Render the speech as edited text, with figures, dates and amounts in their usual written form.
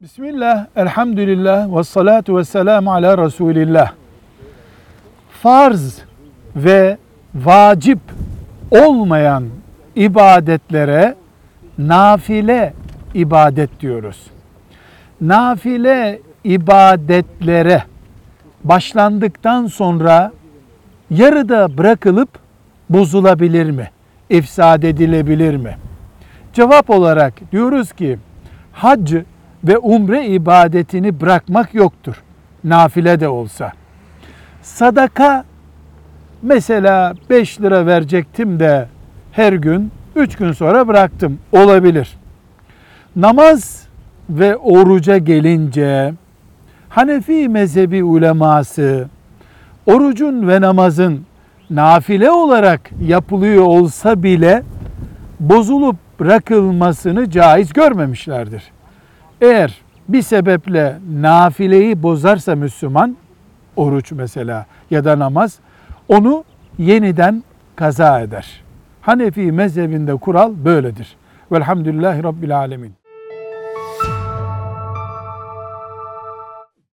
Bismillah, elhamdülillah, ve salatu ve selamu ala Resulillah. Farz ve vacip olmayan ibadetlere nafile ibadet diyoruz. Nafile ibadetlere başlandıktan sonra yarıda bırakılıp bozulabilir mi? İfsad edilebilir mi? Cevap olarak diyoruz ki hac ve umre ibadetini bırakmak yoktur. Nafile de olsa. Sadaka mesela 5 lira verecektim de her gün 3 gün sonra bıraktım. Olabilir. Namaz ve oruca gelince Hanefi mezhebi uleması orucun ve namazın nafile olarak yapılıyor olsa bile bozulup bırakılmasını caiz görmemişlerdir. Eğer bir sebeple nafileyi bozarsa Müslüman, oruç mesela ya da namaz, onu yeniden kaza eder. Hanefi mezhebinde kural böyledir. Velhamdülillahi Rabbil Alemin.